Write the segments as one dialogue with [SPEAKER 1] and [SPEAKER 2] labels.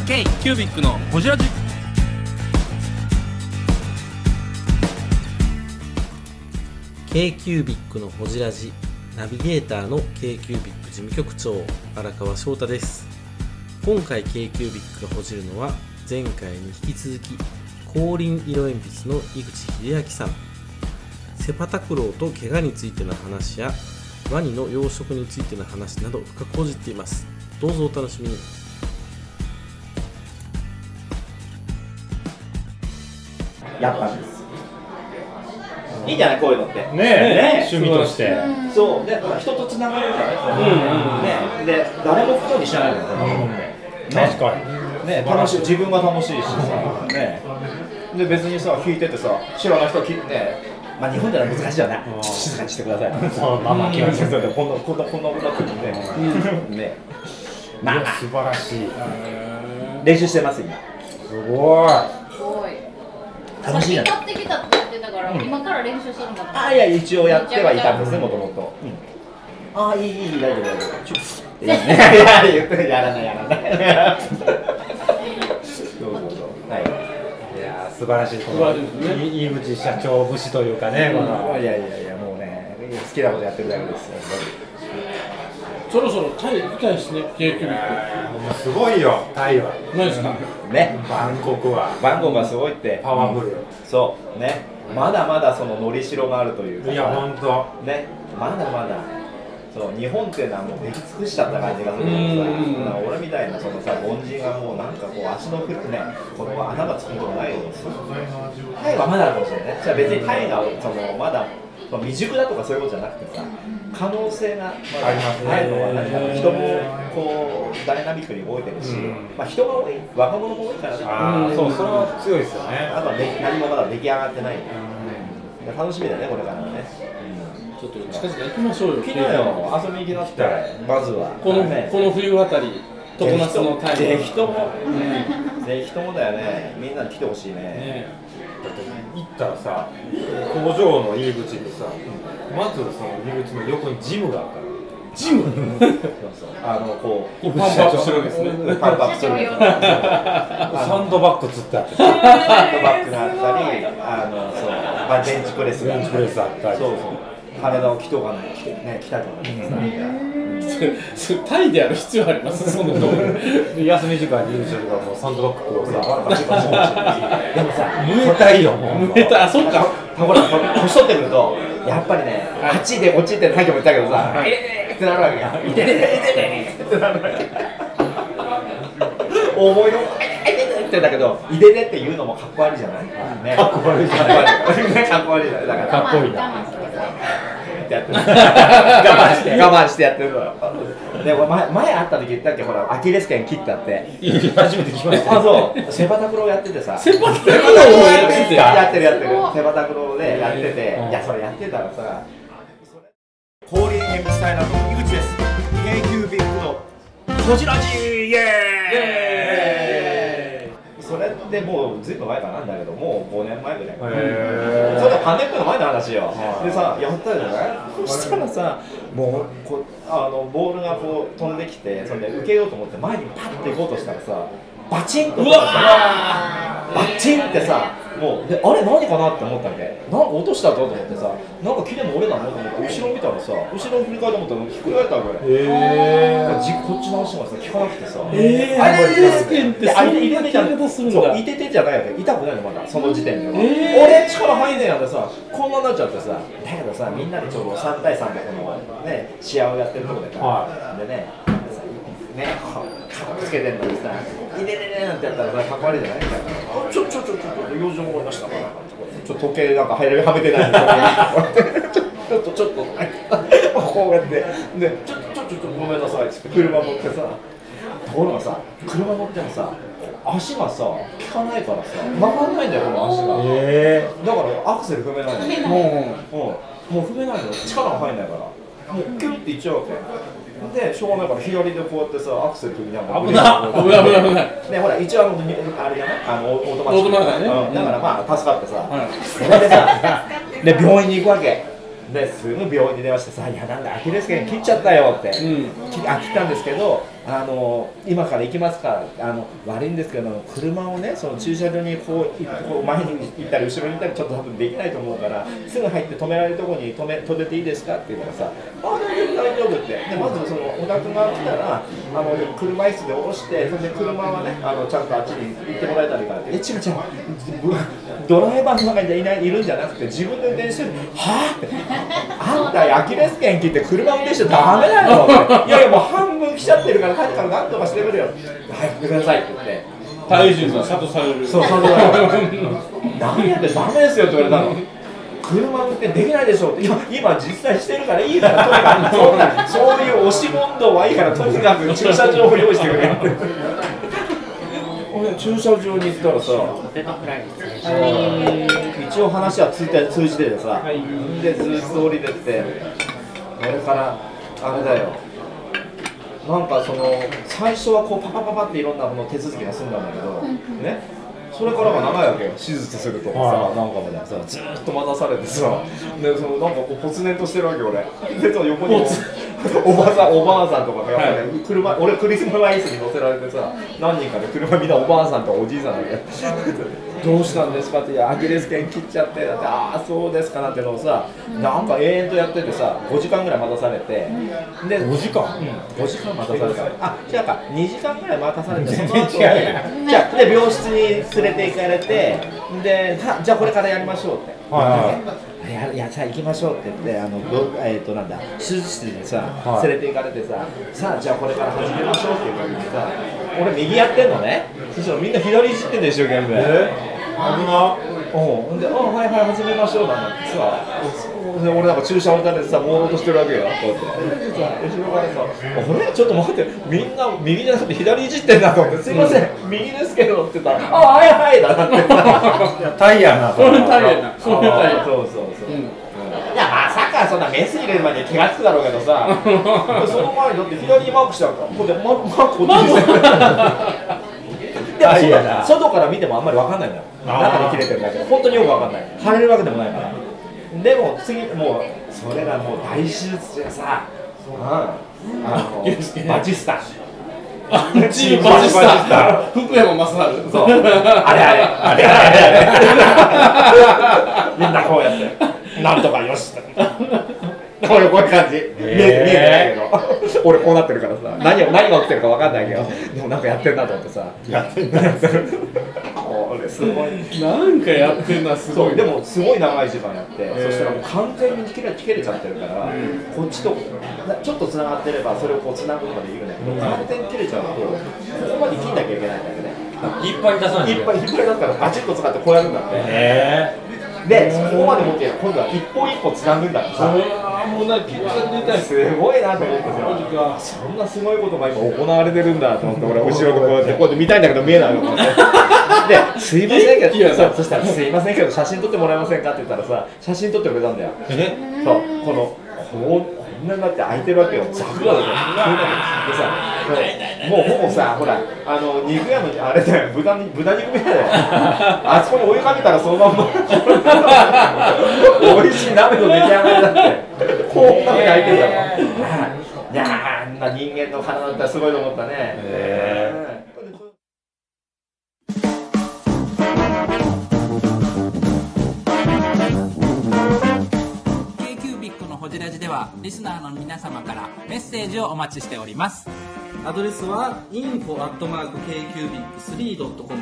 [SPEAKER 1] K キュービックのホジラジ。
[SPEAKER 2] k キュービックのホジラジナビゲーターの k キュービック事務局長荒川翔太です。今回 k キュービックがほじるのは前回に引き続き光輪色鉛筆の井口秀明さん、セパタクローと怪我についての話やワニの養殖についての話など深く報じっています。どうぞお楽しみに。
[SPEAKER 3] やったんです。いいじゃないこういうのって。
[SPEAKER 4] ね趣味として。
[SPEAKER 3] そうで、人とつながるじゃない。ねで誰も不幸にしないのよ。
[SPEAKER 4] 確かに。
[SPEAKER 3] ね楽しい、自分が楽しいしさ。ねで別にさ弾いててさ知らない人ね。まあ日本では難しいよね。静かにしてください。
[SPEAKER 4] そうまあまあ気持ちよく
[SPEAKER 3] こんなことね。ね。まあ
[SPEAKER 4] 素晴らしい。
[SPEAKER 3] 練習してます今。
[SPEAKER 4] すごい。
[SPEAKER 3] 楽しいやん。
[SPEAKER 5] 買ってきたって言ってたから、今から練習するのかな。
[SPEAKER 3] あいや一応やってはいたんですねもともと。あいい大丈夫大丈夫。いや言ってやらない。そうはい。
[SPEAKER 4] いや素晴らしい。井口社長節というかね。
[SPEAKER 3] いやもうね好きなことやってるだけですよ。
[SPEAKER 1] そろそろタイ行きたいですね。 k キュービッ
[SPEAKER 4] もうすごいよタイは。
[SPEAKER 1] 何ですか
[SPEAKER 3] ね。
[SPEAKER 4] バンコクは
[SPEAKER 3] バンコクがすごいって
[SPEAKER 4] パワフル。
[SPEAKER 3] そうね。まだまだそののりしろがあるというか。
[SPEAKER 4] いや本当
[SPEAKER 3] ねまだまだ。そう日本っていうのはもう出来尽くしちゃった感じがするからさ、俺みたいなそのさ凡人がもうなんかこう足の振ってねこの穴がつくことないようです。タイはまだあるかもしれないね。じゃあ別にタイがそのまだ未熟だとかそういうことじゃなくてさ可能性が
[SPEAKER 4] ありますね。
[SPEAKER 3] あるのは何か人もこうダイナミックに動いてるし、まあ人が多い若者も多いからね。
[SPEAKER 4] そうそれは強いですよね。
[SPEAKER 3] あとは何もまだ出来上がってない。楽しみだねこれからのね。
[SPEAKER 1] ちょっと近々行きましょうよ。
[SPEAKER 3] 昨日よ遊びに行きなってまずは
[SPEAKER 1] この冬あたり常夏のタイ
[SPEAKER 3] ぜひともだよね。みんなに来てほしいね。
[SPEAKER 4] だって行ったらさ工場の入り口にさまずその入り口の横にジムがあるから。
[SPEAKER 1] ジム
[SPEAKER 3] そうこう
[SPEAKER 1] パンプアップするんですね。
[SPEAKER 3] パンプアップする
[SPEAKER 4] サンドバッグつってあって。
[SPEAKER 3] サンドバッグがあったりそうベンチプレスがあったり。そう体を鍛とかね鍛
[SPEAKER 1] タイでやる必要あります？その通り。
[SPEAKER 4] 休み時間に入り口がもうサンドバッグをさ
[SPEAKER 3] でもさ
[SPEAKER 4] 濡れたいよもう。
[SPEAKER 1] 濡れた。あそっか。
[SPEAKER 3] ほら年取ってくるとやっぱりねあっちでこっちでさっきも言ったけどさってなるわけよ。いてねってなるわけ。思いのってだけどいでねって言うのもかっこ悪いじゃない。
[SPEAKER 4] かっこ悪いじゃない。
[SPEAKER 3] かっこ悪いじゃない。だから
[SPEAKER 4] かっこいいな。
[SPEAKER 3] 我慢してやってるのよ。でも前会った時言ったっけほらアキレス腱切ったって。
[SPEAKER 4] 初めて聞きました。
[SPEAKER 3] あそうセパタクローやっててさ。
[SPEAKER 1] セパタクロー
[SPEAKER 3] やってるセパタクローでやってていやそれやってたらさ氷に鉛筆隊の井口です。 k キュービックのこじらじイエーイ。それってもうずいぶん前かなんだけどもう5年前ぐらい。それはパンデミックの前の話よ。でさやったじゃない。そしたらさもうボールがこう飛んできてそれで受けようと思って前にパッて行こうとしたらさバチンとバチンってさもうであれ何かなって思ったわけ。なんか落としたぞと思ってさなんか木でも折れたのと思って後ろ見たらさ後ろ振り返って思ったらひっくり返ったわけ。こっちの足がさ効かなくてさ
[SPEAKER 1] アキレス腱ってそんな聞き方するんだ。
[SPEAKER 3] そういててじゃないわけ。痛くないのまだその時点では。俺力入んねえやんでさこんなになっちゃってさだけどさみんなでちょうど3対3でこのね試合をやってるとこでさでねかっこつけてんのにさいでねなんてやったらさかっこ悪いじゃない。ちょ用事思いましたからちょっと時計なんかはめてないちょっとこうやってでちょっとごめんなさいって車乗ってさところがさ車乗ってもさ足がさ効かないからさ曲がんないんだよこの足が。だからアクセル踏めないの。もう踏めないの。力が入んないからもうキュッていっちゃうわけでしょうがないから左でこうやってさアクセル踏みながら危ないねほら一応あれじゃないオートマチックだからまあ助かってさそれでさで病院に行くわけ。 ですぐ病院に電話してさ、いやなんだアキレス腱切っちゃったよって、切ったんですけど、今から行きますから、悪いんですけど車をねその駐車場にこう前に行ったり後ろに行ったりちょっと多分できないと思うから、すぐ入って止められるところに止めていいですかって言ったらさ、大丈夫って。でまずその小田君が来たら車椅子で降ろして、それで車はねちゃんとあっちに行ってもらえたらいいからって、違うドライバーの中にいるんじゃなくて自分で運転してる。はぁって、あんたアキレス腱切って車運転しちゃダメだよって。いやいやもう半分来ちゃってるから帰ってからなんとかしてくれよ。はい来てくださいって言って、
[SPEAKER 1] 体重が佐藤される。
[SPEAKER 3] そう佐藤さん何やってダメですよって言われたの。車運転できないでしょって。いや今実際してるからいいから、とにかくそういう押し問答はいいからとにかく駐車場を用意してくれって俺駐車場に行ったらさ、一応話は通じててさ、でずっと降りてって、あれからあれだよ、なんかその最初はこうパパパパっていろんな手続きが済んだんだけどね、それからが長いわけよ。手術するとかさ、なんかまでさずっと待たされてさ、でそのなんかこうぽつねんとしてるわけよ俺。でその横におばあさんとかがやっぱり車、俺車椅子に乗せられてさ、何人かで車みんなおばあさんとおじいさんだけどうしたんですかって、いやアキレス腱切っちゃって、だってああそうですかなんてのをさ、なんか永遠とやっててさ、5時間ぐらい待たされて、で
[SPEAKER 4] 5時間
[SPEAKER 3] 5時間待たされた。あ、違うか、2時間ぐらい待たされて、その後にじゃあで病室に連れて行かれて、でじゃあこれからやりましょうって。いやさあ行きましょうって言ってなんだ手術室にさ連れて行かれてさあじゃあこれから始めましょうって言われてさ、俺右やってんのね。そしたらみんな左いじってんで一生懸命。ではいはい始めましょうなんてさ、俺なんか注射を打たれてさ朦朧としてるわけよ。こうやって後ろからさ、俺ちょっと待って、みんな右じゃなくて左いじってんだと思って、すいません右ですけどって言ったら、はいはいだなってさ、
[SPEAKER 4] タイヤな、
[SPEAKER 1] それタイヤな。
[SPEAKER 3] そういやまさかそんなメス入れる前に気がつくだろうけどさその前にだって左にマークしてあるから、ここでマークこっちにしてでも外から見てもあんまり分かんないんだよ。中に切れてるだけで本当によく分かんない。腫れるわけでもないから。でも次もうそれがもう大手術でさ、バチスタ
[SPEAKER 1] チームバチスタ福山雅治。
[SPEAKER 3] そうあれみんなこうやってなんとかよしって俺こういう感じ、見えてないけど俺こうなってるからさ、何が起きてるか分かんないけど、でもなんかやってんなと思ってさ、やってるこれすごい
[SPEAKER 1] なんかやってんな、すごい。
[SPEAKER 3] でもすごい長い時間やって、そしたらもう完全に切れちゃってるから、こっちとちょっとつながってればそれをこうつなぐことができるんだけど、完全に切れちゃうとここまで切んなきゃいけないんだよね。
[SPEAKER 4] いっぱい出さない
[SPEAKER 3] いっぱい出すからバチッと使ってこうやるんだって。でそこまで持って今度は一本一本つなぐんだからさ、
[SPEAKER 1] もうなんか
[SPEAKER 3] すごいなと思ってさ、そんなすごいことが今行われてるんだと思って、俺後ろでこうやって見たいんだけど見えないのと思ってですいませんけど、そしたらすいませんけど写真撮ってもらえませんかって言ったらさ、写真撮ってくれたんだよ。そうこんなになって開いてるわけよ。ザクだよ。でさ、もうほぼさ、ほら肉屋のあれだよ、豚肉みたいだよ。あそこにお湯かけたらそのまんま美味しい鍋の出来上がりだって。こんなに開いてるだろ。いやあんな人間の体だったらすごいと思ったね。
[SPEAKER 6] ホジラジではリスナーの皆様からメッセージをお待ちしております。
[SPEAKER 2] アドレスは info@kcubic3.com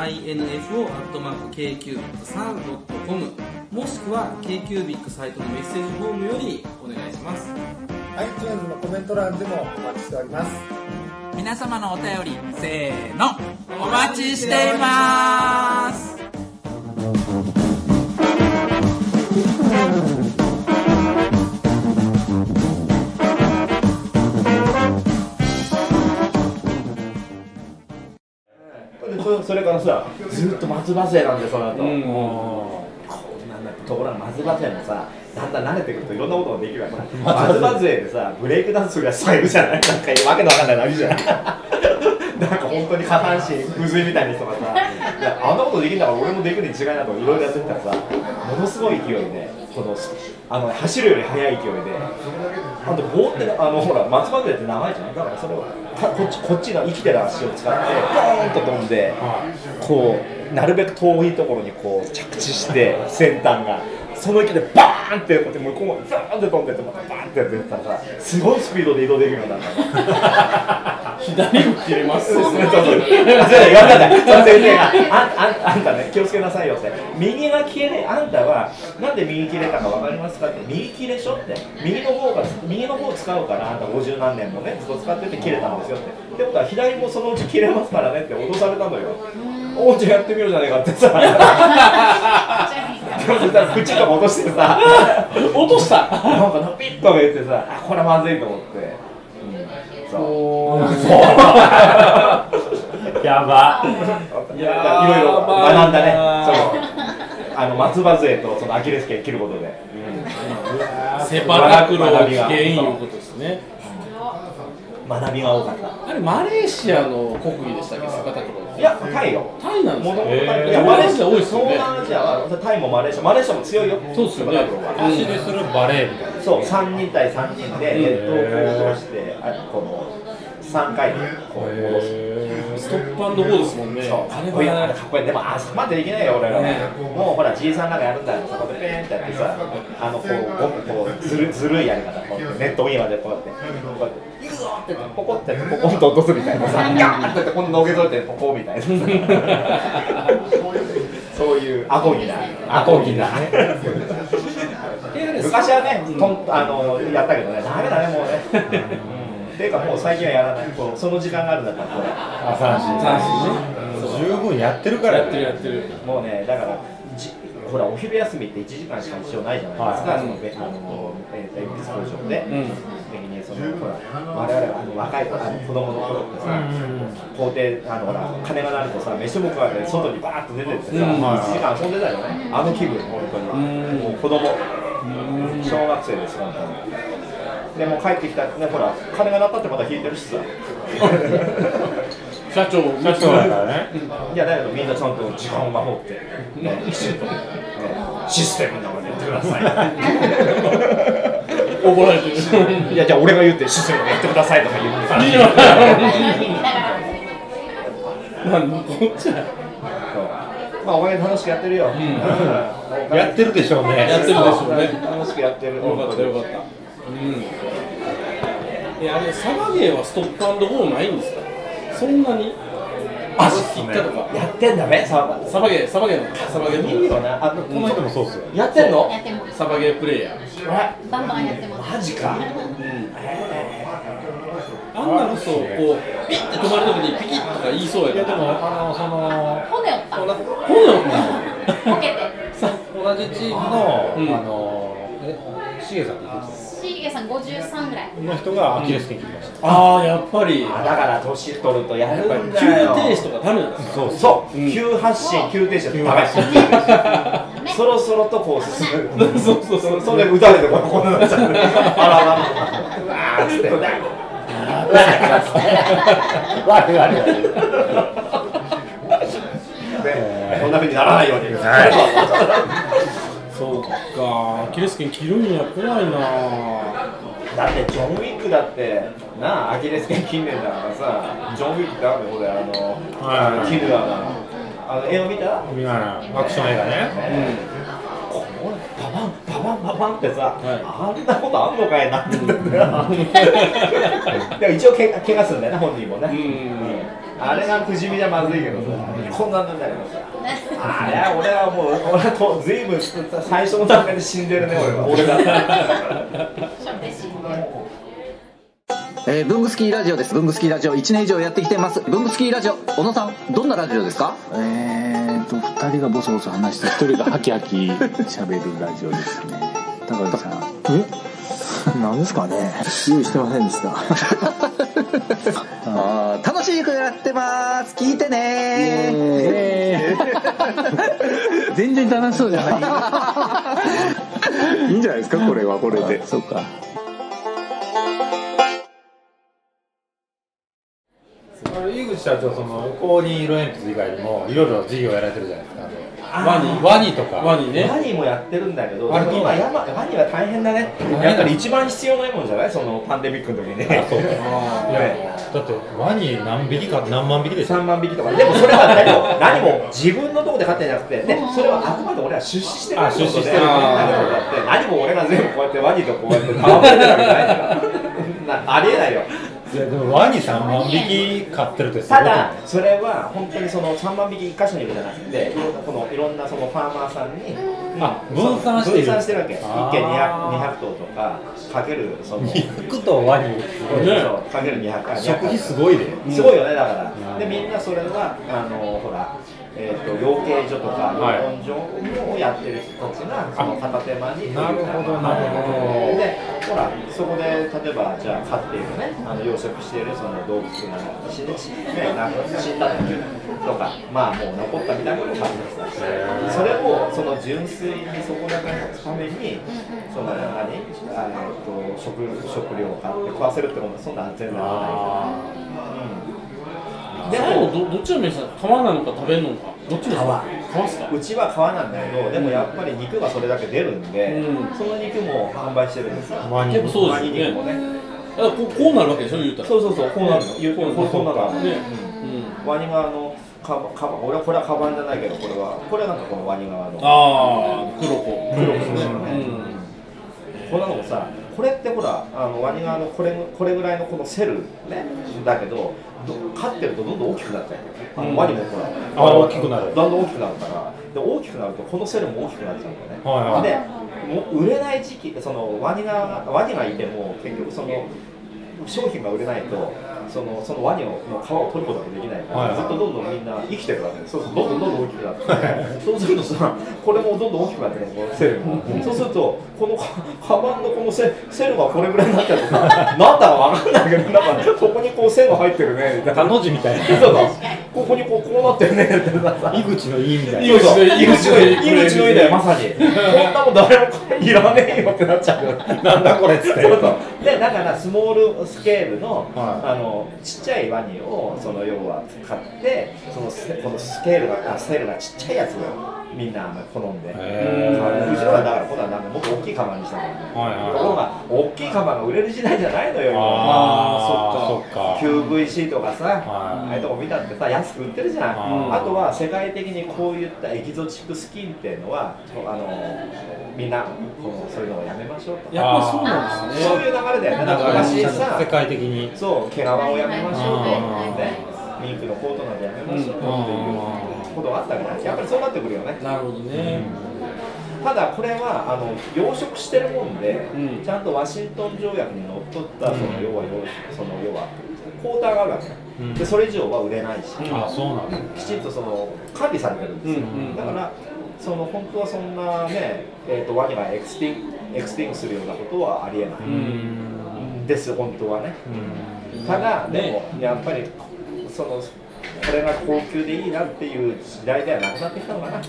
[SPEAKER 2] info@kcubic3.com もしくは KQBIC サイトのメッセージフォームよりお願いします。
[SPEAKER 7] iTunes のコメント欄でもお待ちしております。
[SPEAKER 6] 皆様のお便りせーのお待ちしています。
[SPEAKER 3] それからさ、ずっと松葉勢なんで、その後、こんなんだってところが松葉勢もさ、だんだん慣れてくるといろんなことができるわけ。松葉勢でさ、ブレイクダンスが最後じゃない、なんかわけのわかんないのあるじゃないなんか本当に下半身不随みたいな人がさ、あんなことできるんだから俺もできるに違いなといろいろやってみたらさ、ものすごい勢いでこの走るより速い勢いで、あと棒ってほら松葉杖って長いじゃない、だからそれをこっちの生きてる足を使ってポーンと飛んで、こうなるべく遠いところにこう着地して先端が。その勢いでバーンってこうやって向こうまでザーンって飛んでってまたバーンってやってたらさ、すごいスピードで移動できるようになったの。
[SPEAKER 1] 左も切れます
[SPEAKER 3] そう言われたんだよ、その先生があんたね、気をつけなさいよって、右が切れ、あんたはなんで右切れたか分かりますかって、右切れでしょって、右の方使うから、あんた50何年もね、ずっと使ってて切れたんですよって、ってことは左もそのうち切れますからねって脅されたのよ。おうちやってみようじゃねえかってさ。でもそしたら口とか落としてさ、
[SPEAKER 1] 落とした
[SPEAKER 3] なんかピッと言ってさ、あ、これまずいと思って、そう
[SPEAKER 4] やば。
[SPEAKER 3] いろいろ学んだね、その松葉杖とそのアキレス腱切ることで、
[SPEAKER 1] セパタクロー危険いうことですね。
[SPEAKER 3] 学びが多かった。
[SPEAKER 1] あれマレーシアの国技でしたっけ、セパタクロー。
[SPEAKER 3] いや、タイよ。
[SPEAKER 1] タイなんですか。
[SPEAKER 3] いや、マレーシア多いですよね。東南アジアはタイもマレーシアも強いよ。
[SPEAKER 1] そうですよね。
[SPEAKER 4] 足でするバレーみたいな。
[SPEAKER 3] そう、3人対3人でネットをこう通して、この3回でこう戻す。
[SPEAKER 1] ストップ&ゴーですもんね。
[SPEAKER 3] そう、かっこいい、かっこいい。でもあそこまでできないよ俺ら。もうほらじいさんなんかやるんだよ。そこでペーンってやってさ、こうずるいやり方、こうネットインまでこうやって。行くぞってポコってポコンと落とすみたいなさ、ガーンってこののけぞれてポコみたいな。そういうアコギな。昔はね、やったけどね、ダメだねもうね。っていうかもう最近はやらない。その時間があるんだったらこれ。
[SPEAKER 4] 三振ね。十分やってるから。
[SPEAKER 1] やってる。
[SPEAKER 3] もうね、だからほらお昼休みって1時間しか一応ないじゃないですか。その鉛筆工場で。そのほら我々若い子供の頃ってさ、校庭ほら鐘が鳴るとさ、飯も食わないで外にバーッと出てってさ、1時間遊んでたよね。あの気分本当に。もう子供、小学生です本当に。でも帰ってきたね、ほら鐘が鳴ったってまだ弾いてるしさ。
[SPEAKER 1] 社長
[SPEAKER 4] だからね。
[SPEAKER 3] いやだけどみんなちゃんと時間を守って、きちんとシステムの中でやってください。
[SPEAKER 1] 怒られてる。
[SPEAKER 3] いやじゃあ俺が言ってシステムでやってくださいとか言ってさ。
[SPEAKER 1] こっちは。
[SPEAKER 3] まあお前楽しくやってるよ。
[SPEAKER 4] やってるでしょうね。
[SPEAKER 1] やってるでしょうね。
[SPEAKER 3] 楽しくやってる。
[SPEAKER 1] よかった。あれサバゲーはストップ&ゴーないんですか。そんなに。切ったとか。
[SPEAKER 3] やってんだね。サバゲーいいよな。
[SPEAKER 4] この人もそうっすよ。
[SPEAKER 3] やってんの？
[SPEAKER 5] やってます。
[SPEAKER 1] サバゲープレイヤー。
[SPEAKER 5] バンバンやってます。
[SPEAKER 3] マジか。
[SPEAKER 1] あんなこそこうピッて止まるときにピキッとか言いそうやけど。
[SPEAKER 4] でも
[SPEAKER 5] 骨折った。こけて。
[SPEAKER 4] 同じチームのシゲさんって言ってた。
[SPEAKER 5] シゲさん53ぐらい
[SPEAKER 4] の人がアキレス腱切りました。
[SPEAKER 1] ああ、やっぱり。
[SPEAKER 3] だから年取るとやるん
[SPEAKER 1] 急
[SPEAKER 3] だよ。
[SPEAKER 1] 停止とかダメなんですか。
[SPEAKER 3] そう。急発進、急停止ダメ。そろそろとこう進む。そう。それで打たれてこんなになっちゃう。あらーっつって。こんな風にならないように。
[SPEAKER 1] そうか、アキレス腱切るんや、怖いな。
[SPEAKER 3] だってジョン・ウィックだってなあ、アキレス腱切んねんだからさ、ジョン・ウィックってあるのこれキルアが映画見た？
[SPEAKER 4] アクション映画ね。
[SPEAKER 3] これパパンってさ、あんなことあんのかいなって言ったんだよ。でも一応怪我するんだよね、本人もね。あれが不死身じゃまずいけどさ、こんなんなんだけどさ、俺はもうずいぶん最初の段階で死んでるね、俺だ
[SPEAKER 8] ブングスキーラジオです。ブングスキーラジオ1年以上やってきてます。ブングスキーラジオ、小野さん、どんなラジオですか
[SPEAKER 9] 2人がボソボソ話して1人がハキハキ喋るラジオですね。高木さん、何ですかね、用意してませんでした
[SPEAKER 8] 楽しくやってます。聞いてね
[SPEAKER 9] 全然楽しそうじゃないいいんじゃないですか、これはこれで。そうか。
[SPEAKER 4] 井口社長、その公認色鉛筆以外にもいろいろ事業やられてるじゃないですか。 ワニとか
[SPEAKER 1] ワニね。
[SPEAKER 3] ワニもやってるんだけど、でも今ワニは大変だね。やっぱり一番必要ないもんじゃない？そのパンデミックの時にね。
[SPEAKER 4] だってワニ何匹か何万匹でしょ。
[SPEAKER 3] 3万匹とか。でもそれは何も自分のとこで飼ってんじゃなくて、でそれはあくまで俺は出資してるってことで、何も俺が全部こうやってワニとこうやって戯れてるわけじゃないからありえないよ。
[SPEAKER 4] でもワニ3万匹飼ってるってすごい。
[SPEAKER 3] ただそれは本当にその3万匹1箇所にいるじゃなくて、いろんなそのファーマーさんに
[SPEAKER 4] 分散してる
[SPEAKER 3] わけ。1軒200頭とかかけるその
[SPEAKER 4] 200頭ワニ
[SPEAKER 3] かける200
[SPEAKER 4] 食費すごいで。
[SPEAKER 3] すごいよね。だからでみんなそれはほら養鶏場とか養豚場をやってる人たちがその片手間に。
[SPEAKER 4] なるほどなるほど。
[SPEAKER 3] でほらそこで例えばじゃあ飼っているね養殖しているその動物が死んだ時とかまあもう残ったみたいなものを飼ってたりして、それをその純粋にそこだけのためにその食料を買って食わせるってことはそんな全然ないから。
[SPEAKER 1] でもどっちのメニュー皮なのか食べるのかどっちですか？皮ですか？
[SPEAKER 3] うちは皮なんだけど、でもやっぱり肉がそれだけ出るんで、その肉も販売してるんですよ。
[SPEAKER 1] 結構そうですよね。こうなるわけでしょ言うたら。
[SPEAKER 3] そうこうなるの。こうなるね。ワニ側の俺はこれはカバンじゃないけどこれはなんかこのワニ側の。
[SPEAKER 1] 黒子
[SPEAKER 3] ですよね。こんなのもさ、これってほらワニ側のこれぐらいのこのセルねだけど。飼ってるとどんどん大きくなっちゃうよ。ワニもほら
[SPEAKER 4] 大きくなる。
[SPEAKER 3] だんだん大きくなるからで大きくなるとこのセルも大きくなっちゃうんだよね。でもう売れない時期そのワニがいても結局その商品が売れないとそのワニの皮を取ることができないから、ずっとどんどんみんな生きてるわけです。そうするとどんどん大きくなってそうするとさこれもどんどん大きくなってるこのセルもそうするとこのカバンのこのセルがこれぐらいになっちゃってさなんだかわかんないけどなんかここにこう線が入ってるねみたいな。
[SPEAKER 4] の字みたいな。
[SPEAKER 3] ここにこうなってるねってさ
[SPEAKER 4] 井口のいいみたいな。
[SPEAKER 3] 井口のいいだよまさに。こんなもん誰もいらねえよってなっちゃうよ。
[SPEAKER 4] なんだこれっつって。
[SPEAKER 3] でだからスモールスケールのちっちゃいワニをその要は買ってこのセルがちっちゃいやつをみんな好んで、うちのはだから今度はなんかもっと大きいカバンにしたんだけど、ところが大きいカバンが売れる時代じゃないのよ。
[SPEAKER 4] そっか。
[SPEAKER 3] QVC とかさ、ああいうとこ見たってさ安く売ってるじゃん。あとは世界的にこういったエキゾチックスキンっていうのはみんなそういうのをやめましょうと。
[SPEAKER 1] やっぱりそうなんですね。
[SPEAKER 3] そういう流れだよね。だから昔さ
[SPEAKER 4] 世界的に
[SPEAKER 3] そう毛皮をやめましょうとね。ミンクのコートなんでやめましょうっていうことがあったわけです。やっぱりそうなってくるよね。
[SPEAKER 1] なるほどね。
[SPEAKER 3] ただこれは養殖してるもんで、ちゃんとワシントン条約にのっとった要はクォーターがあるわけで、それ以上は売れないし、きちんと管理されてるんですよ。だから本当はそんなねワニがエクスティングするようなことはありえないです本当はね。ただでもやっぱりこれが高級でいいなっていう時代ではなくなってきたのかな。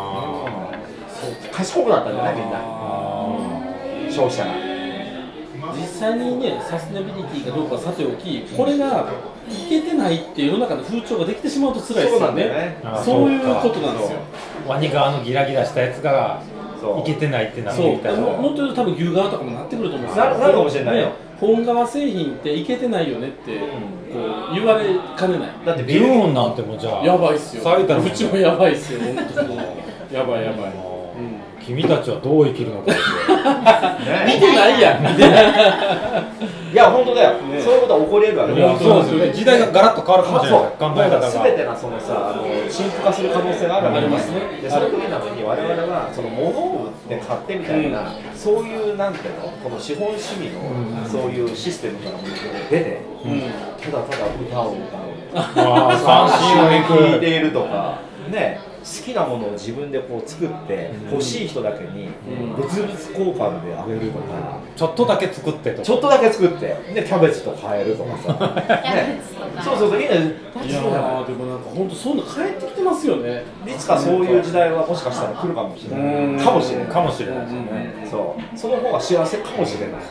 [SPEAKER 3] 賢くなったんじゃないみんな消費者が。
[SPEAKER 1] 実際にねサステナビリティかどうかさておきこれがいけてないっていう世の中の風潮ができてしまうと辛いですよね。そういうことなんですよ。
[SPEAKER 4] ワニ側のギラギラしたやつがいけてないってなってきたら
[SPEAKER 1] もっと言うと多分牛側とかもなってくると思うんですよ。
[SPEAKER 3] なるかもしれないよ。
[SPEAKER 1] 本革製品っていけてないよねってこう言われかねない。
[SPEAKER 3] だって
[SPEAKER 4] ビューンなんてもじゃあ
[SPEAKER 1] やばいっすよ。うちもやばいっすよ。本当にやばい。
[SPEAKER 4] 君たちはどう生きるのか
[SPEAKER 1] 見てないやん。見てない。
[SPEAKER 3] いや本当だよ。そういうことは起こり得るわけ。
[SPEAKER 4] そうですよね。時代がガラッと変わるかもしれない。考え方が
[SPEAKER 3] 全てが陳腐化する可能性がありますね。でその時なのに我々は物を売って買ってみたいなそういうなんていうのこの資本主義のそういうシステムから出てただただ歌を
[SPEAKER 4] 三振を
[SPEAKER 3] 弾いているとかね。好きなものを自分でこう作って欲しい人だけに物々交換であげるとか、
[SPEAKER 4] ちょっとだけ作ってとか
[SPEAKER 3] ちょっとだけ作ってでキャベツと変えるとかさそういいね。
[SPEAKER 1] いやでもなんか本当そういうの変えてきてますよね。
[SPEAKER 3] いつかそういう時代はもしかしたら来るかもしれないかもしれないですね。その方が幸せかもしれない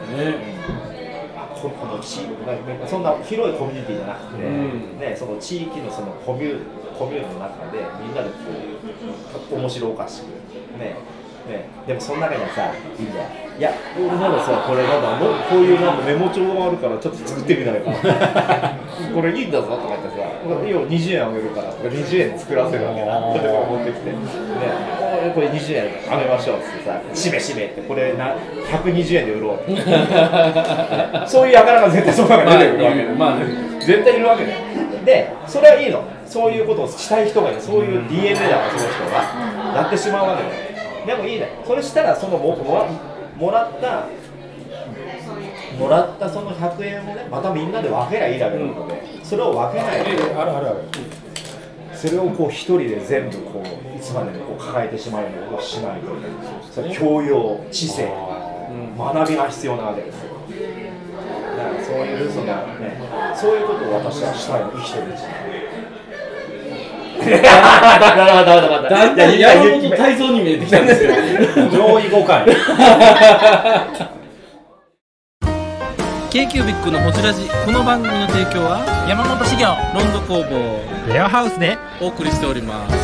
[SPEAKER 3] この地域そんな広いコミュニティじゃなくて、その地域のそのコミュコミューンの中でみんなでこう面白おかしくね。でもその中にはさ、いいんだよ。いや、俺まださ、これまだこういうなんかメモ帳があるからちょっと作ってみないかこれいいんだぞとか言ってさ、いいよ20円あげるからとか20円作らせるわけだ。これ持ってきて、これ20円あげましょうってさ、しめってこれ120円で売ろうそういう輩が絶対その中に出てくるわけだ。絶対いるわけだよ。で、それはいいの。そういうことをしたい人がいる。そういう DNA だからその人がやってしまうわけだよ。でもいいね。それしたらそのもらったその100円をね、またみんなで分けりゃいいだけなので、それを分けないで、それをこう一人で全部こういつまでもこう抱えてしまうようなことをしないと、それ教養、知性、学びが必要なわけですよ。だからそういうそのね、そういうことを私はしたいの、生きてるうちに。だんだん山本泰造に見えてきたんですよ。
[SPEAKER 4] 上位互換。
[SPEAKER 2] K-Cubic のホジラジ、この番組の提供は
[SPEAKER 6] 山本修行
[SPEAKER 2] ロンド工房
[SPEAKER 6] レアハウスで
[SPEAKER 2] お送りしております。